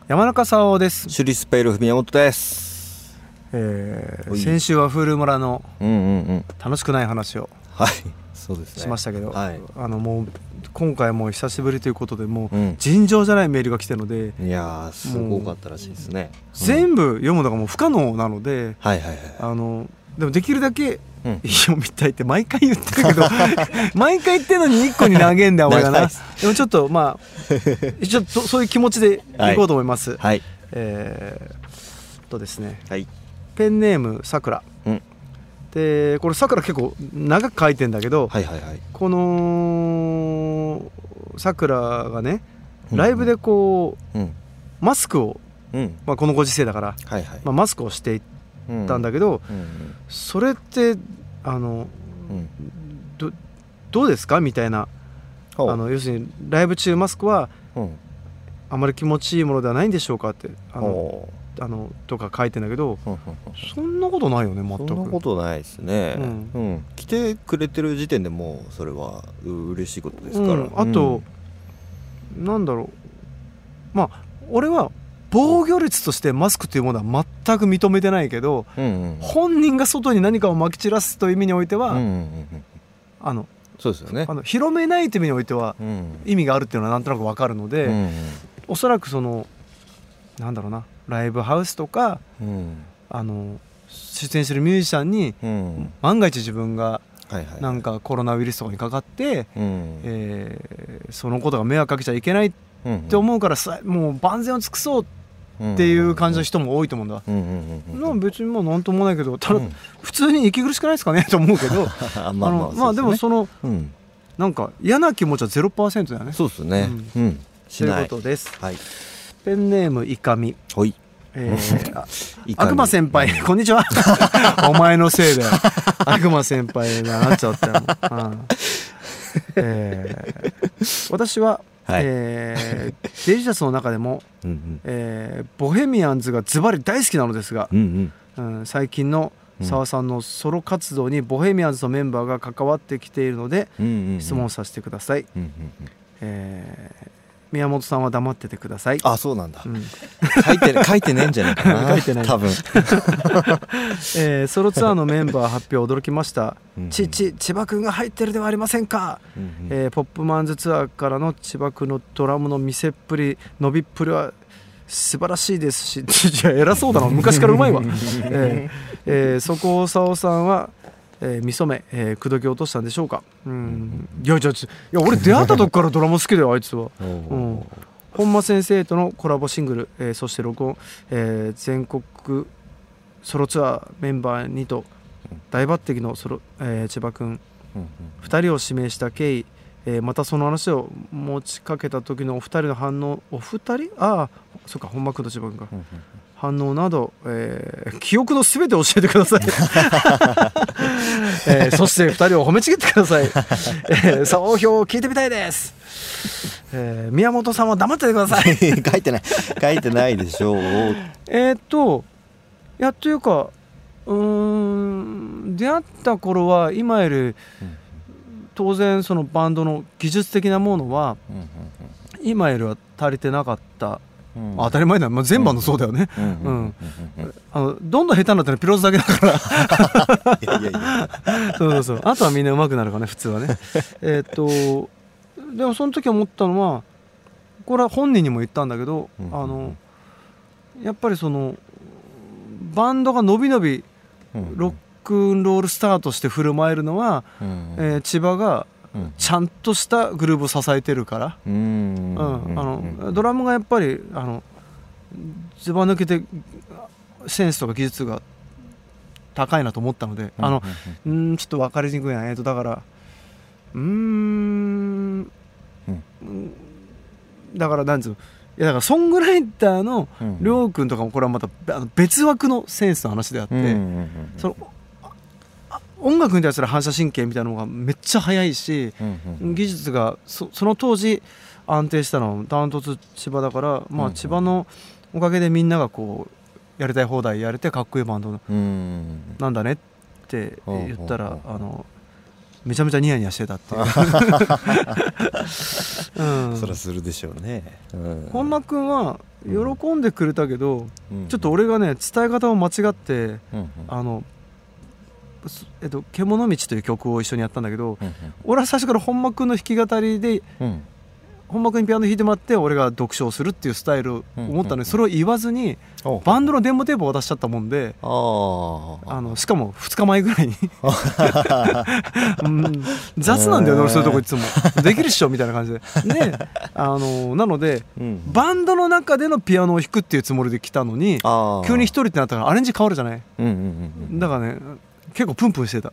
山中沙央です。 シュリスペイルフ宮本です。 先週は風流村の楽しくない話をそうですね、 しましたけど、 はい、 もう今回も久しぶりということでもう尋常じゃないメールが来てるので、 いやすごかったらしいですね。 全部読むのがもう不可能なので、でもできるだけ読みたいって毎回言ってるけど毎回言ってるのに1個に投げんだよ俺がな。でもちょっとまあ一応そういう気持ちでいこうと思います。 はい、 ですね、 はい、 ペンネームさくら、でこれさくら結構長く書いてんだけど、このさくらがねライブでこう、マスクを、このご時世だから、マスクをしていったんだけど、それってどうですかみたいな、要するにライブ中マスクはあまり気持ちいいものではないんでしょうかってとか書いてんだけど、そんなことないよね。全くそんなことないですね。来てくれてる時点でもうそれは嬉しいことですから、 あと、なんだろう、まあ俺は防御率としてマスクというものは全く認めてないけど、本人が外に何かをまき散らすという意味においては、 そうですよね、 広めないという意味においては意味があるっていうのはなんとなく分かるので、おそらくそのなんだろうな、ライブハウスとか、出演するミュージシャンに、万が一自分がなんかコロナウイルスとかにかかって、そのことが迷惑かけちゃいけないって思うから、もう万全を尽くそうっていう感じの人も多いと思うんだ。別にもうなんともないけど、ただ普通に息苦しくないですかねと思うけどでもそのなんか嫌な気持ちは 0% だよね。 そうですね、 ということです。ペンネームいかみ、悪魔先輩こんにちはお前のせいで悪魔先輩になっちゃったよ私はデリシャスの中でもボヘミアンズがズバリ大好きなのですが、最近の澤さんのソロ活動にボヘミアンズのメンバーが関わってきているので質問させてください。宮本さんは黙っててください。 あ、そうなんだ、書いてねえんじゃないかな。書いてない多分ソロツアーのメンバー発表驚きました。千葉くんが入ってるではありませんか。ポップマンズツアーからの千葉くんのドラムの見せっぷり伸びっぷりは素晴らしいですしいや偉そうだな、昔からうまいわそこを沙央さんは見初め口説き落としたんでしょうか。いや俺出会った時からドラム好きだよあいつは。本間先生とのコラボシングル、そして録音、全国ソロツアーメンバーにと大抜擢の千葉くん2人を指名した経緯、またその話を持ちかけた時のお二人の反応、そっか、本間くんと千葉くんか、反応など、記憶のすべて教えてくださいそして2人を褒めちぎってください総評を聞いてみたいです。宮本さんは黙っててください書いてないでしょうというか出会った頃は今より当然そのバンドの技術的なものは今よりは足りてなかった。当たり前だよ、全バンドそうだよね。どんどん下手になったのはピローズだけだからそうあとはみんな上手くなるからね普通はねでもその時思ったのは、これは本人にも言ったんだけど、やっぱりそのバンドが伸び伸びロックンロールスターとして振る舞えるのは、千葉がちゃんとしたグルーブを支えてるから、ドラムがやっぱりずば抜けてセンスとか技術が高いなと思ったので、ちょっと分かりにくいな。だからだからなんつうの、だからソングライターのりょうくんとかもこれはまた別枠のセンスの話であって、その音楽に対する反射神経みたいなのがめっちゃ速いし、技術がその当時安定したのはダントツ千葉だから、千葉のおかげでみんながこうやりたい放題やれてかっこいいバンドなんだねって言ったら、めちゃめちゃニヤニヤしてたっていうそりゃするでしょうね。 本間くんは喜んでくれたけど、 うん、 ちょっと俺がね伝え方を間違って、 うんうん、 獣道という曲を一緒にやったんだけど、 うんうん、 俺は最初から本間くんの弾き語りで、うん、本間くんにピアノ弾いてもらって俺が読書をするっていうスタイルを思ったのに、それを言わずにバンドのデモテープを渡しちゃったもんで、しかも2日前ぐらいにうん、雑なんだよね、俺そういうとこいつもできるっしょみたいな感じでなので、うん、バンドの中でのピアノを弾くっていうつもりで来たのに急に一人ってなったらアレンジ変わるじゃない、うんうんうん、だからね結構プンプンしてた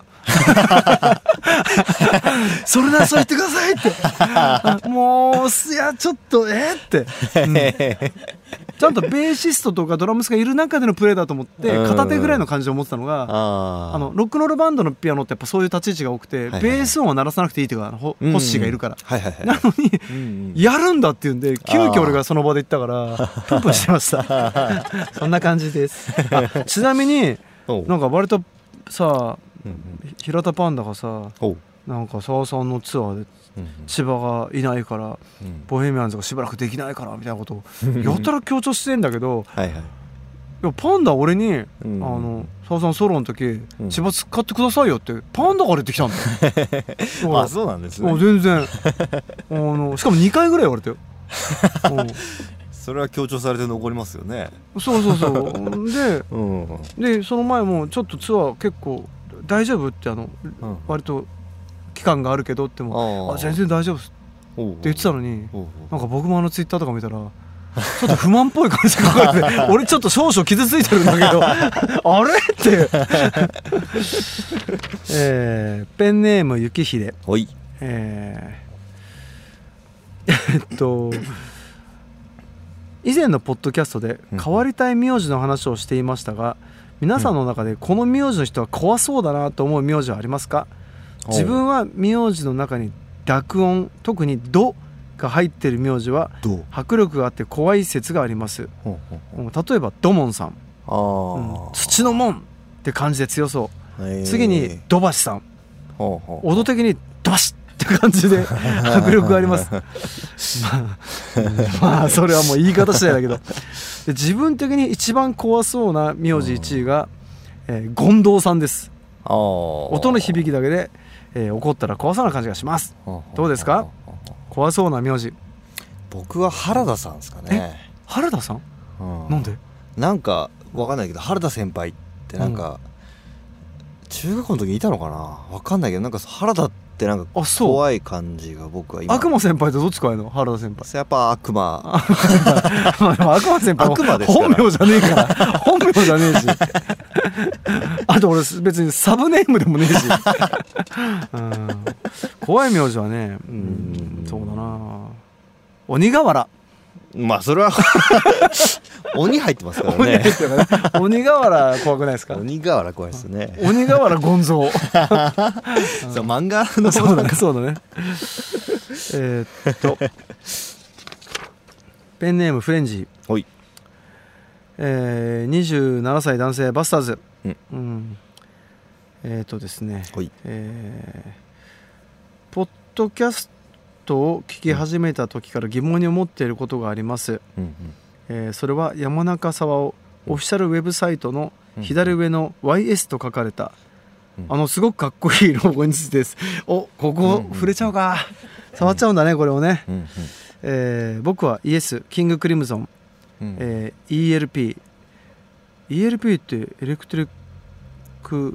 それならそう言ってくださいってもういやちょっとって、うん、ちゃんとベーシストとかドラムスがいる中でのプレーだと思って片手ぐらいの感じで思ってたのが、ロックノールバンドのピアノってやっぱそういう立ち位置が多くて、ベース音は鳴らさなくていいっていうかホッシーがいるから、なのにやるんだっていうんで急遽俺がその場で行ったからプンプンしてましたそんな感じですちなみになんか割とさ、平田パンダがさなんか澤さんのツアーで千葉がいないから、ボヘミアンズがしばらくできないからみたいなことをやたら強調してんだけどはい、いやパンダ俺に澤さんソロの時、千葉使ってくださいよってパンダから言ってきたんだよそうなんですね。 全然しかも2回ぐらい言われたよそれは強調されて残りますよね。 そうで、でその前もちょっとツアー結構大丈夫って割と期間があるけどっても全然大丈夫って言ってたのになんか僕もツイッターとか見たらちょっと不満っぽい感じが書かれて俺ちょっと少々傷ついてるんだけどあれってペンネームゆきひで以前のポッドキャストで変わりたい名字の話をしていましたが、皆さんの中でこの名字の人は怖そうだなと思う名字はありますか？自分は名字の中に濁音、特にドが入っている名字は迫力があって怖い説があります。例えばドモンさん、土の門って感じで強そう。次に土橋さん、音的にドバシッって感じで迫力がありますまあそれはもう言い方次第だけどで自分的に一番怖そうな名字1位が、権藤さんです。音の響きだけで、怒ったら怖そうな感じがします。どうですか？怖そうな名字。 僕は原田さんですかね。 原田さん、なんで？ なんか分かんないけど原田先輩ってなんか、中学校の時にいたのかな分かんないけどなんか原田ってなんか怖い感じが僕は今。 悪魔先輩とどっちかやの？原田先輩やっぱ悪魔悪魔先輩悪魔ですから本名じゃねえから本名じゃねえしあと俺別にサブネームでもねえし怖い名字はねそうだな鬼瓦。 まあそれは鬼入ってますからね。 鬼瓦怖くないですか？ 鬼瓦怖いですね。 鬼瓦ゴンゾーそう漫画のそうだねペンネームフレンジー、27歳男性バスターズ、ですね、ポッドキャストを聞き始めた時から疑問に思っていることがあります、それは山中沢をオフィシャルウェブサイトの左上の YS と書かれた、すごくかっこいいロゴについてです。ここ触れちゃうか、触っちゃうんだねこれをね、僕はイエス、キングクリムゾン、ELP ってエレクトリック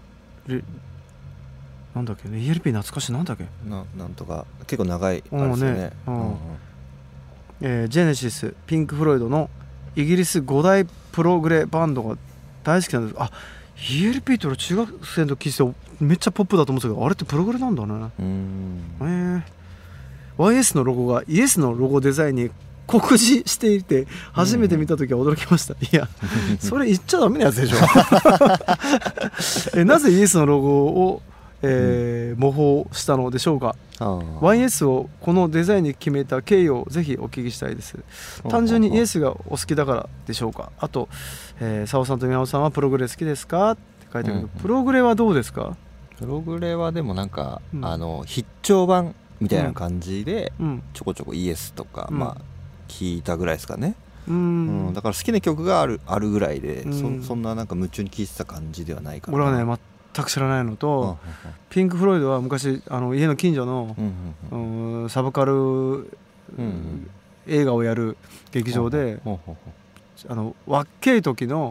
なんだっけね、 ELP 懐かしい、なんだっけなんとか結構長いあれですよね。 ジェネシス、ピンク・フロイドのイギリス5大プログレバンドが大好きなんです。ELP って俺中学生の時聞いてめっちゃポップだと思ってたけど、あれってプログレなんだね。YS のロゴがイエスのロゴデザインに酷似していて初めて見た時は驚きました。いやそれ言っちゃダメなやつでしょなぜイエスのロゴを模倣したのでしょうか。YS をこのデザインに決めた経緯をぜひお聞きしたいです。単純にイエスがお好きだからでしょうか。あと澤さんと宮本さんはプログレ好きですかって書いてあるけど、プログレはどうですか？ プログレはでもなんか、必聴版みたいな感じで、ちょこちょこイエスとか、聞いたぐらいですかね。 だから好きな曲があるぐらいで、そんななんか夢中に聴いてた感じではないから。 俺はね全く知らないのと、ピンク・フロイドは昔家の近所の、サブカル、映画をやる劇場で、若い時の、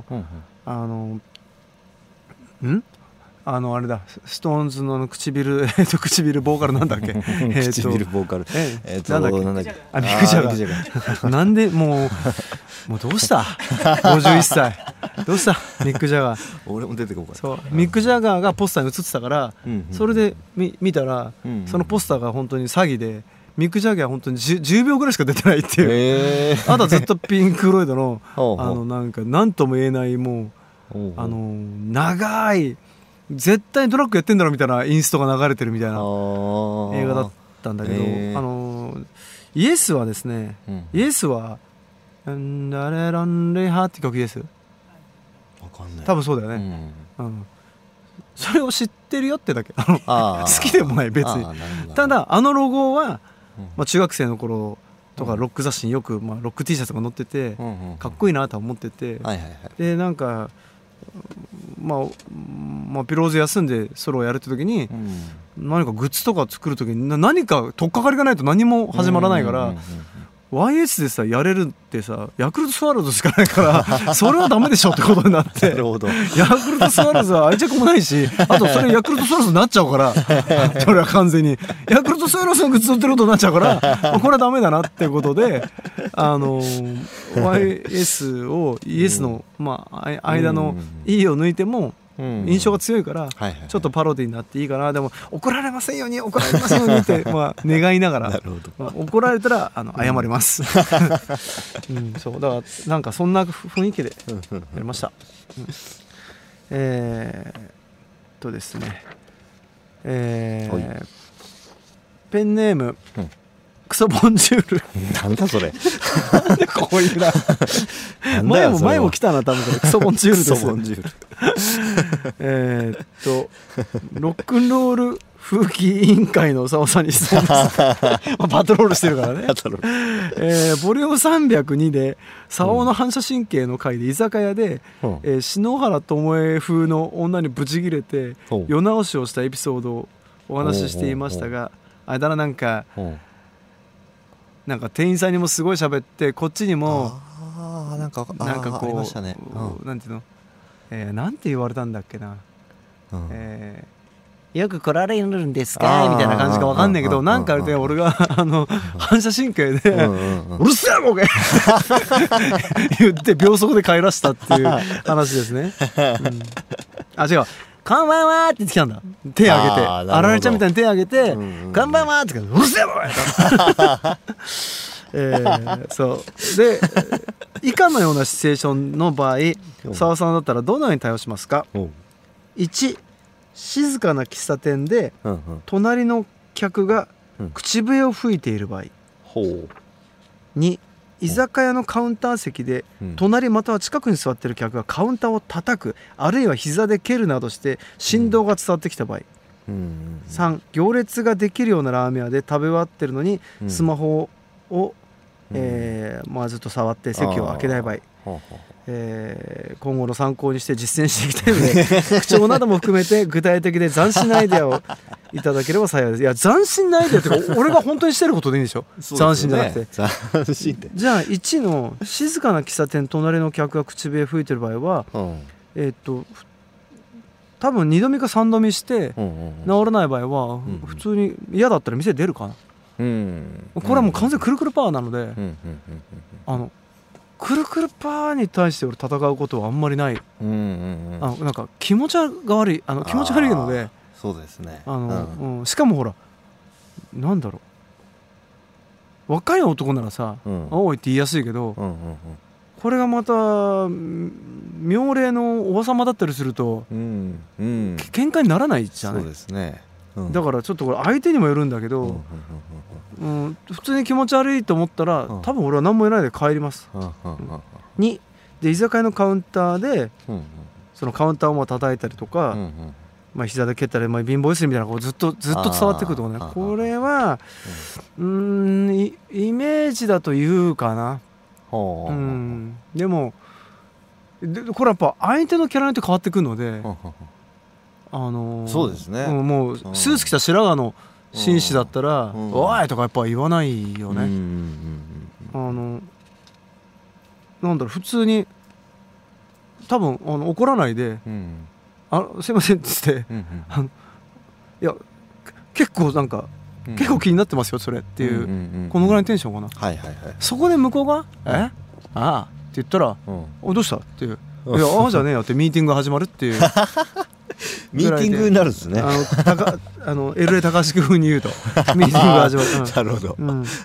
あれだ、ストーンズの唇ボーカルなんだっけ唇ボーカルなんだっけミック・ジャガーなんでもうどうした51歳どうしたミック・ジャガー。 俺も出てこうかな。 そうミック・ジャガーがポスターに映ってたから、それで見たら、そのポスターが本当に詐欺で、ミック・ジャガーは本当に 10秒ぐらいしか出てないっていう、あとはずっとピンク・フロイドのなんか何とも言えないもう長い、絶対ドラッグやってんだろみたいなインストが流れてるみたいな映画だったんだけど、イエスはですね、イエスはんだれらんれはって曲イエス、 わかんない、 多分そうだよね、それを知ってるよってだけ好きでもない別に。ただロゴは、中学生の頃とかロック雑誌によく、ロック T シャツが載ってて、かっこいいなとは思ってて、でなんかピローズ休んでソロをやるって時に、何かグッズとか作る時に何か取っかかりがないと何も始まらないから、YS でさやれるってさ、ヤクルトスワローズしかないからそれはダメでしょってことになってなるほど、 ヤクルトスワローズは愛着もないし、あとそれヤクルトスワローズになっちゃうからそれは完全にヤクルトスワローズのグッズ売ってることになっちゃうから、これはダメだなってことで、YS を ES の、間の E を抜いても印象が強いから、ちょっとパロディになっていいかな、でも怒られませんようにって願いながら怒られたら謝ります、そうだからなんかそんな雰囲気でやりました。ですね、ペンネーム、クソボンジュールなんだそれなんでこういうな前も来たな多分これ、クソボンジュールです。クソボンジュールロックンロール風紀委員会のおさおさんに質問ですパトロールしてるからねボリューム302でサオの反射神経の回で居酒屋で、篠原ともえ風の女にブチギレて世直しをしたエピソードをお話ししていましたが、あれだな、なんか店員さんにもすごい喋って、こっちにもなんかこう、なんていうの、なんて言われたんだっけな、よく来られるんですかみたいな感じか分かんないけど、なんかあれで俺が反射神経でうるせえボケ言って秒速で帰らしたっていう話ですね。あ、違う、こんばんはって言ってきたんだ。手挙げて、あられちゃんみたいに手挙げて、こんばんはって言って、うるせえボケそうで、以下のようなシチュエーションの場合、澤さんだったらどのように対応しますか。1、静かな喫茶店で隣の客が口笛を吹いている場合。2、居酒屋のカウンター席で隣または近くに座っている客がカウンターを叩く、あるいは膝で蹴るなどして振動が伝わってきた場合。3、行列ができるようなラーメン屋で食べ終わってるのにスマホをずっと触って席を開けない場合。今後の参考にして実践していきたいので口調なども含めて具体的で斬新なアイデアをいただければ幸いです。いや、斬新なアイデアってか俺が本当にしてることでいいんでしょ。斬新じゃなくて斬新って。じゃあ1の静かな喫茶店隣の客が口笛吹いてる場合は、多分2度見か3度見して治らない場合は普通に嫌だったら店出るかな。これはもう完全にくるくるパワーなので、くるくるパーに対して俺戦うことはあんまりない。なんか気持ちが悪い、気持ち悪いので。 そうですね。 しかもほら、なんだろう、若い男ならさ「おい」って言いやすいけど、これがまた妙齢のおばさまだったりすると喧嘩にならないじゃない。 そうですね。 だからちょっとこれ相手にもよるんだけど、普通に気持ち悪いと思ったら多分俺は何も言わないで帰ります。2で、居酒屋のカウンターでそのカウンターを叩いたりとか、膝で蹴ったり、貧乏ゆすりみたいなのがずっと伝わってくるとね、これはイメージだと言うかな。 うん、でもこれやっぱ相手のキャラによって変わってくるので、 そうですね、 もうスーツ着た白髪の紳士だったら「おい!」とかやっぱ言わないよね。なんだろう、普通に多分怒らないで「すいません」っつっていや結構なんか結構気になってますよそれっていうこのぐらいのテンションかな。そこで向こうが「ああ」って言ったら「おどうした?」っていう「いやああじゃねえよ」ってミーティングが始まるっていうミーティングになるんですね。 LA 高橋風に言うとミーティングが始まる。 なるほど。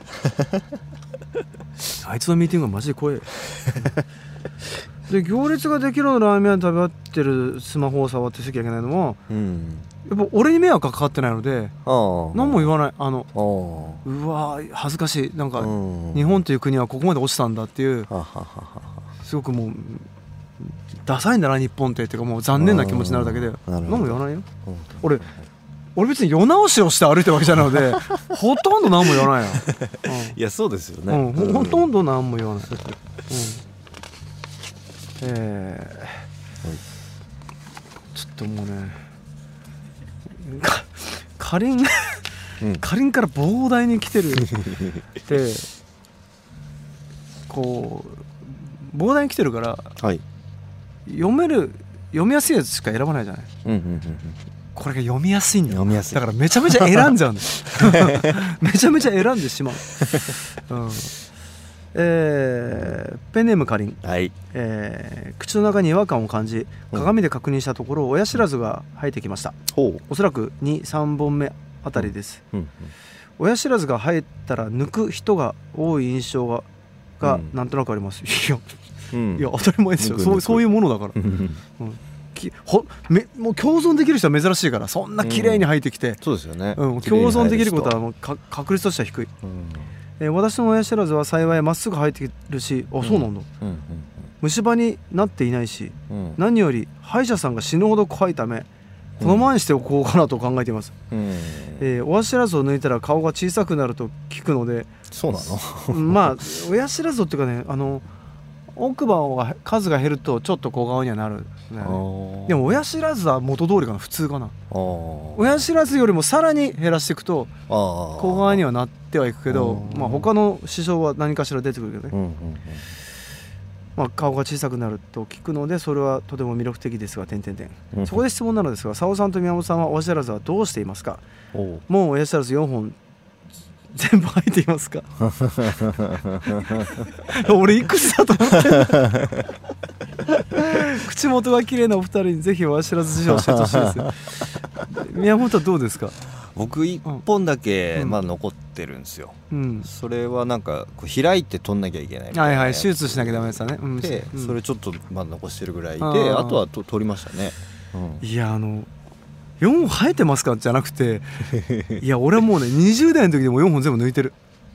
あいつのミーティングはマジで怖い。で行列ができるのラーメン屋食べ合ってるスマホを触って席がいけないのも、やっぱ俺に迷惑がかかってないので何も言わない。うわ恥ずかしい、なんか日本という国はここまで落ちたんだっていう、すごくもうダサいんだな日本ってっていうかもう残念な気持ちになるだけで何も言わないよ。俺別に世直しをして歩いてるわけじゃないのでほとんど何も言わないよ。 いやそうですよね。 ほとんど何も言わない。ちょっともうねかりんから膨大に来てるってこう膨大に来てるから、読みやすいやつしか選ばないじゃない。これが読みやすいんだよ。だからめちゃめちゃ選んじゃうんだよ。めちゃめちゃ選んでしまう。ペンネームかりん、口の中に違和感を感じ鏡で確認したところ親知らずが生えてきました。おそらく 2,3 本目あたりです。親知らずが生えたら抜く人が多い印象がなんとなくあります。いや当たり前ですよ。そういうものだから。もう共存できる人は珍しいから、そんな綺麗に生えてきて、 そうですよね。 共存できることはもう確率としては低い。私の親知らずは幸いまっすぐ生えてるし、そうなんだ、虫歯になっていないし、何より歯医者さんが死ぬほど怖いためこのままにしておこうかなと考えています。親知らずを抜いたら顔が小さくなると聞くので。 そうなの？ まあ親知らずっていうかね、奥歯が数が減るとちょっと小顔にはなる、ね、でも親知らずは元通りかな、普通かな。親知らずよりもさらに減らしていくと小顔にはなってはいくけど、他の支障は何かしら出てくるけどね。顔が小さくなると聞くのでそれはとても魅力的ですがそこで質問なのですが、佐尾さんと宮本さんは親知らずはどうしていますか？もう親知らず4本全部入っていますか？俺いくつだと思ってんの？口元が綺麗なお二人にぜひ親知らず事情を教えてほしいですよ。宮本はどうですか？ 僕1本だけまだ残ってるんですよ。それはなんかこう開いて取んなきゃいけないみたいな。手術しなきゃダメですよね。 でそれちょっとまだ残してるぐらいで、あとは取りましたね。 いや4本生えてますかじゃなくていや俺はもうね20代の時でも4本全部抜いてる。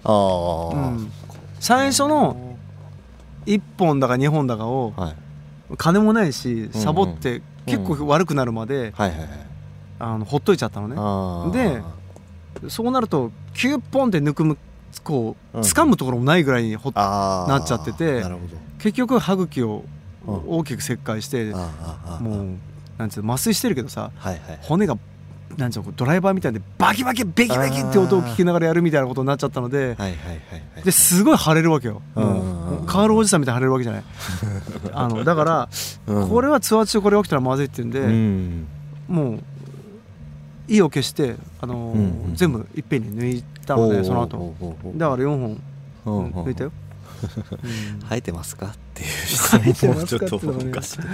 最初の1本だか2本だかを、金もないしサボって結構悪くなるまでほっといちゃったのね。でそうなると9本で抜くこう掴むところもないぐらいになっちゃってて、結局歯茎を大きく切開してもうなんつう麻酔してるけどさ、骨がなんつうのドライバーみたいでバキバキベキベキって音を聞きながらやるみたいなことになっちゃったので、ですごい腫れるわけよ。もうカールおじさんみたいに腫れるわけじゃない。だからこれはツアー中これ起きたらまずいって言うんで、もう意を消して全部いっぺんに抜いたので、その後だから4本抜いたよ。 生えてますかっていう質問もちょっとおかしい。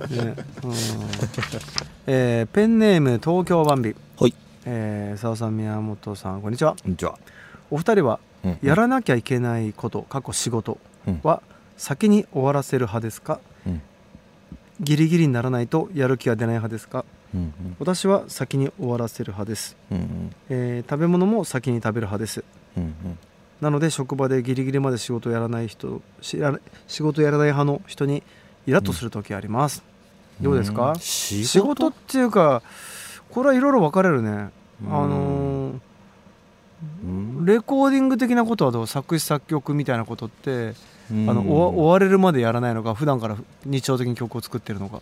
ペンネーム東京バンビ。佐尾さん、宮本さん、こんにちは。お二人はやらなきゃいけないこと仕事は先に終わらせる派ですか？ギリギリにならないとやる気が出ない派ですか？私は先に終わらせる派です。食べ物も先に食べる派です。なので職場でギリギリまで仕事やらない派の人にイラッとする時あります。どうですか？仕事っていうかこれはいろいろ分かれるね。 レコーディング的なことはどう、作詞作曲みたいなことって追われるまでやらないのか、普段から日常的に曲を作ってるのか。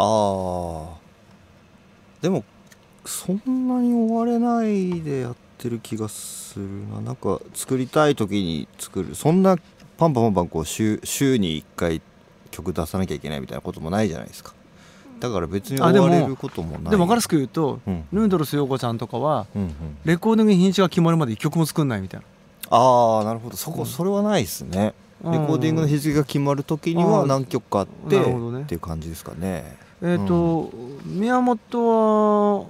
でもそんなに追われないでやってる気がするな。なんか作りたい時に作る、そんなパンパンこう週に1回曲出さなきゃいけないみたいなこともないじゃないですか。だから別に追われることもない。 でも分かりやすく言うと、ヌードルス陽子ちゃんとかは、レコーディング日にちが決まるまで1曲も作んないみたいな。 なるほど。それはないですね。レコーディングの日付が決まる時には何曲かあってっていう感じですかね。 宮本は、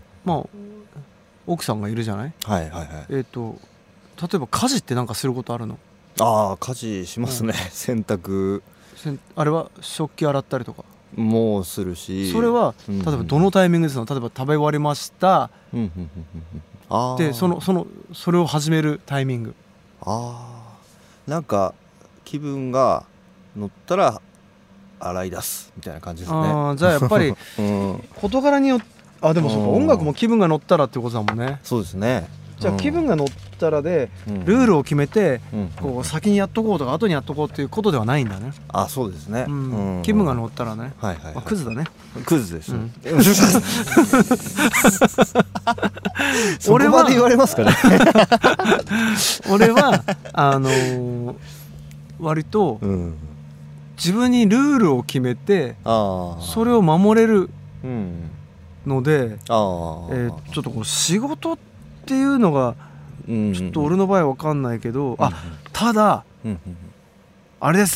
奥さんがいるじゃない。例えば家事ってなんかすることあるの？ 家事しますね。洗濯、 あれは食器洗ったりとかもうするし。 それは例えばどのタイミングですの？例えば食べ終わりました、でそれを始めるタイミング。 なんか気分が乗ったら洗い出すみたいな感じですね。 じゃあやっぱり事柄によって、でもそうか、音楽も気分が乗ったらってことだもんね。 そうですね。 じゃあ気分が乗ったらでルールを決めて、こう先にやっとこうとか後にやっとこうっていうことではないんだね。 そうですね。 気分が乗ったらね。クズだね。 クズです。 俺はそこまで言われますかね。 俺は割と自分にルールを決めてそれを守れるので、ちょっとこう仕事っていうのがちょっと俺の場合は分かんないけど、ただあれです、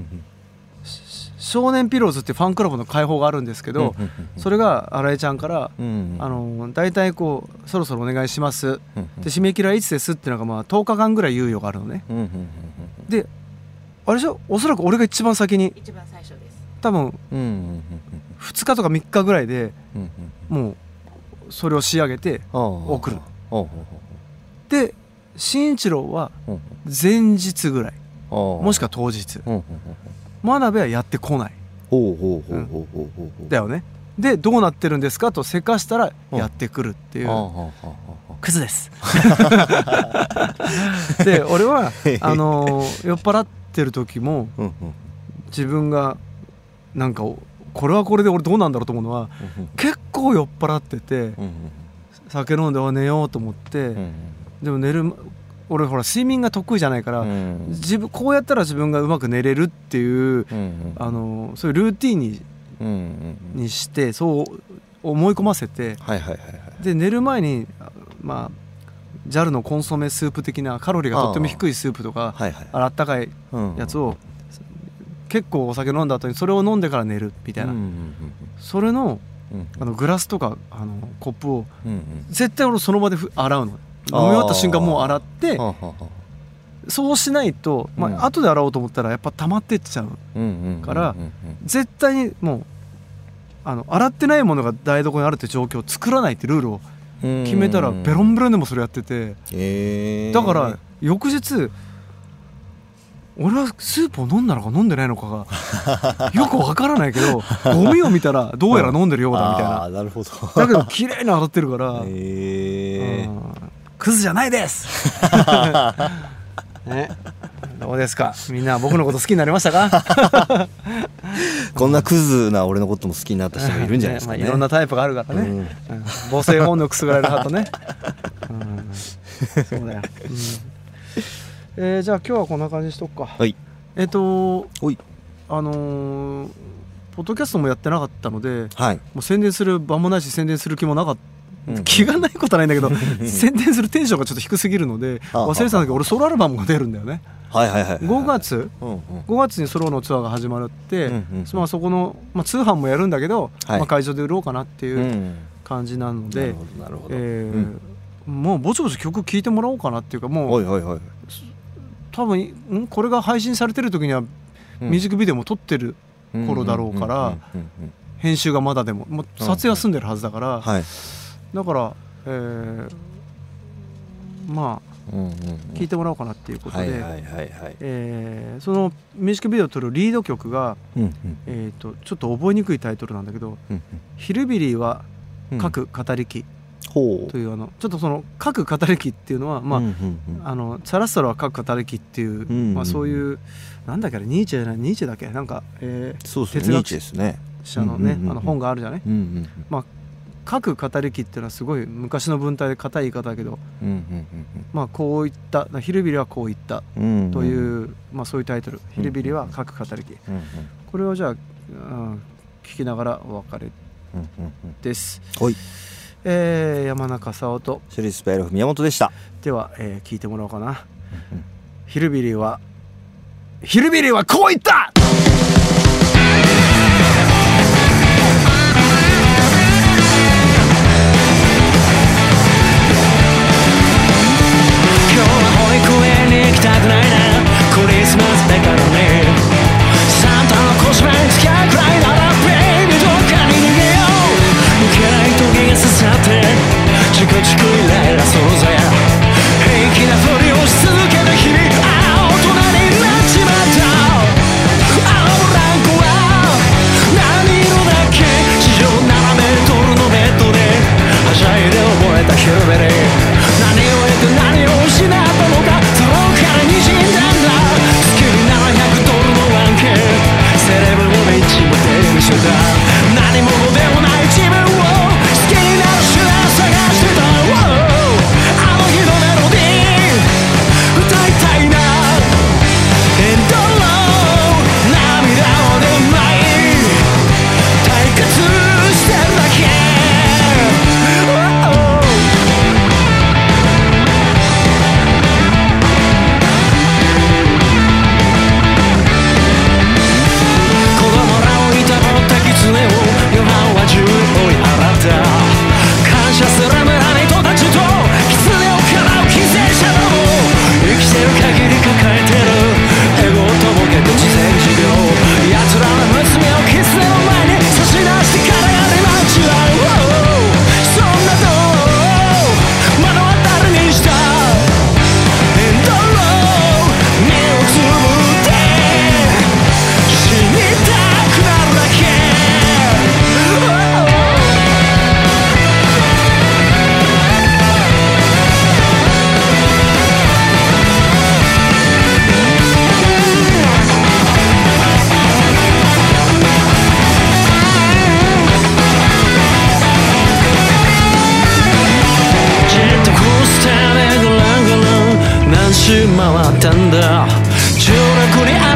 少年ピローズってファンクラブの会報があるんですけど、それが新井ちゃんから大体こうそろそろお願いしますで、締め切りはいつですっていうのが10日間ぐらい猶予があるのね。であれでしょ、おそらく俺が一番先に、 一番最初です。 多分2日とか3日ぐらいでもうそれを仕上げて送る。で慎一郎は前日ぐらい、もしくは当日、真鍋はやってこないだよね。でどうなってるんですかとせかしたらやってくるっていうクズです。で俺は酔っ払ってる時も自分がなんかこれはこれで俺どうなんだろうと思うのは、結構酔っ払ってて酒飲んで寝ようと思って、でも俺ほら睡眠が得意じゃないから、こうやったら自分がうまく寝れるっていう、そういうルーティンにしてそう思い込ませて、で寝る前にJAL のコンソメスープ的なカロリーがとっても低いスープとか、あったかいやつを結構お酒飲んだ後にそれを飲んでから寝るみたいな、それのグラスとかコップを絶対俺その場で洗うの。飲み終わった瞬間もう洗って、そうしないと後で洗おうと思ったらやっぱ溜まってっちゃうから、絶対にもう洗ってないものが台所にあるって状況を作らないってルールを決めたらベロンベロンでもそれやってて、だから翌日俺はスープを飲んだのか飲んでないのかがよくわからないけど、ゴミを見たらどうやら飲んでるようだみたいな。 なるほど。 だけど綺麗に洗ってるから、クズじゃないです。ね、どうですか、みんな僕のこと好きになりましたか？ こんなクズな俺のことも好きになった人もいるんじゃないですかね。 いろんなタイプがあるからね、母性本能くすぐられる派とね、そうだよ。じゃあ今日はこんな感じにしとくか。ポッドキャストもやってなかったので、もう宣伝する場もないし宣伝する気もなかった。気がないことはないんだけど宣伝するテンションがちょっと低すぎるので忘れてたんだけど、俺ソロアルバムが出るんだよね。5月にソロのツアーが始まるって、そこの、通販もやるんだけど、会場で売ろうかなっていう感じなので、もうぼちぼち曲聴いてもらおうかなっていうか、もう多分これが配信されてる時にはミュージックビデオも撮ってる頃だろうから、編集がまだでも撮影は済んでるはずだから、だから聞いてもらおうかなっていうことで、そのミュージックビデオを撮るリード曲がちょっと覚えにくいタイトルなんだけど、ヒルビリーは各語り機ほうというちょっとその各語り機っていうのは、まあうんうんうんサラッソラは各語り機っていう、 うんうんまあ、そういうなんだっけニーチェじゃないニーチェだっけなんか、 そうそう哲学ニーチェですね。 者のね、 うんうんうんうん本があるじゃない、 うんうんまあ各語り機っていうのはすごい昔の文体で硬い言い方だけど、 うんうんまあこういったヒルビリはこういったうんうんという、 うんまあそういうタイトル、ヒルビリは各語り機、 うんこれをじゃあ、聞きながらお別れうんうんです、 はい、 山中沙央とシェリスペイロフ宮本でした。 では、聞いてもらおうかな、 うんヒルビリはこう言った。 今日は保育園に行きたくないな、クリスマスだからね。サンタのコスメに付き合うくらいならベイビーどっかに逃げよう。抜けない時が刺さってチクチクイライラするぜ。平気なふりをし続けた日々、大人になっちまった。あのブランコは何色だっけ。地上7メートルのベッドではしゃいで覚えたヒルベリー。何を得て何を失ったのか、そのから滲んだんだ。月に700ドルの案件、セレブもリッチもテレビショーだ。何者でもない自分を好きになる手段探してた。あの日のメロディー歌いたいな。エンドロー涙をでない退屈してるだけ。子供らをいたぼった狐をヨハンは10追い払った。感謝する村人たちと狐を喰らう犠牲者ども、生きてる限り抱えてるエゴとぼけて自然寿命。奴らの娘を狐の前に差し出してからやりまちらう。そんなどう窓は誰にした。エンドロー目をつぶって死にたくなるだけ。ジェットコースターでグラングラン何周回ったんだ。上落に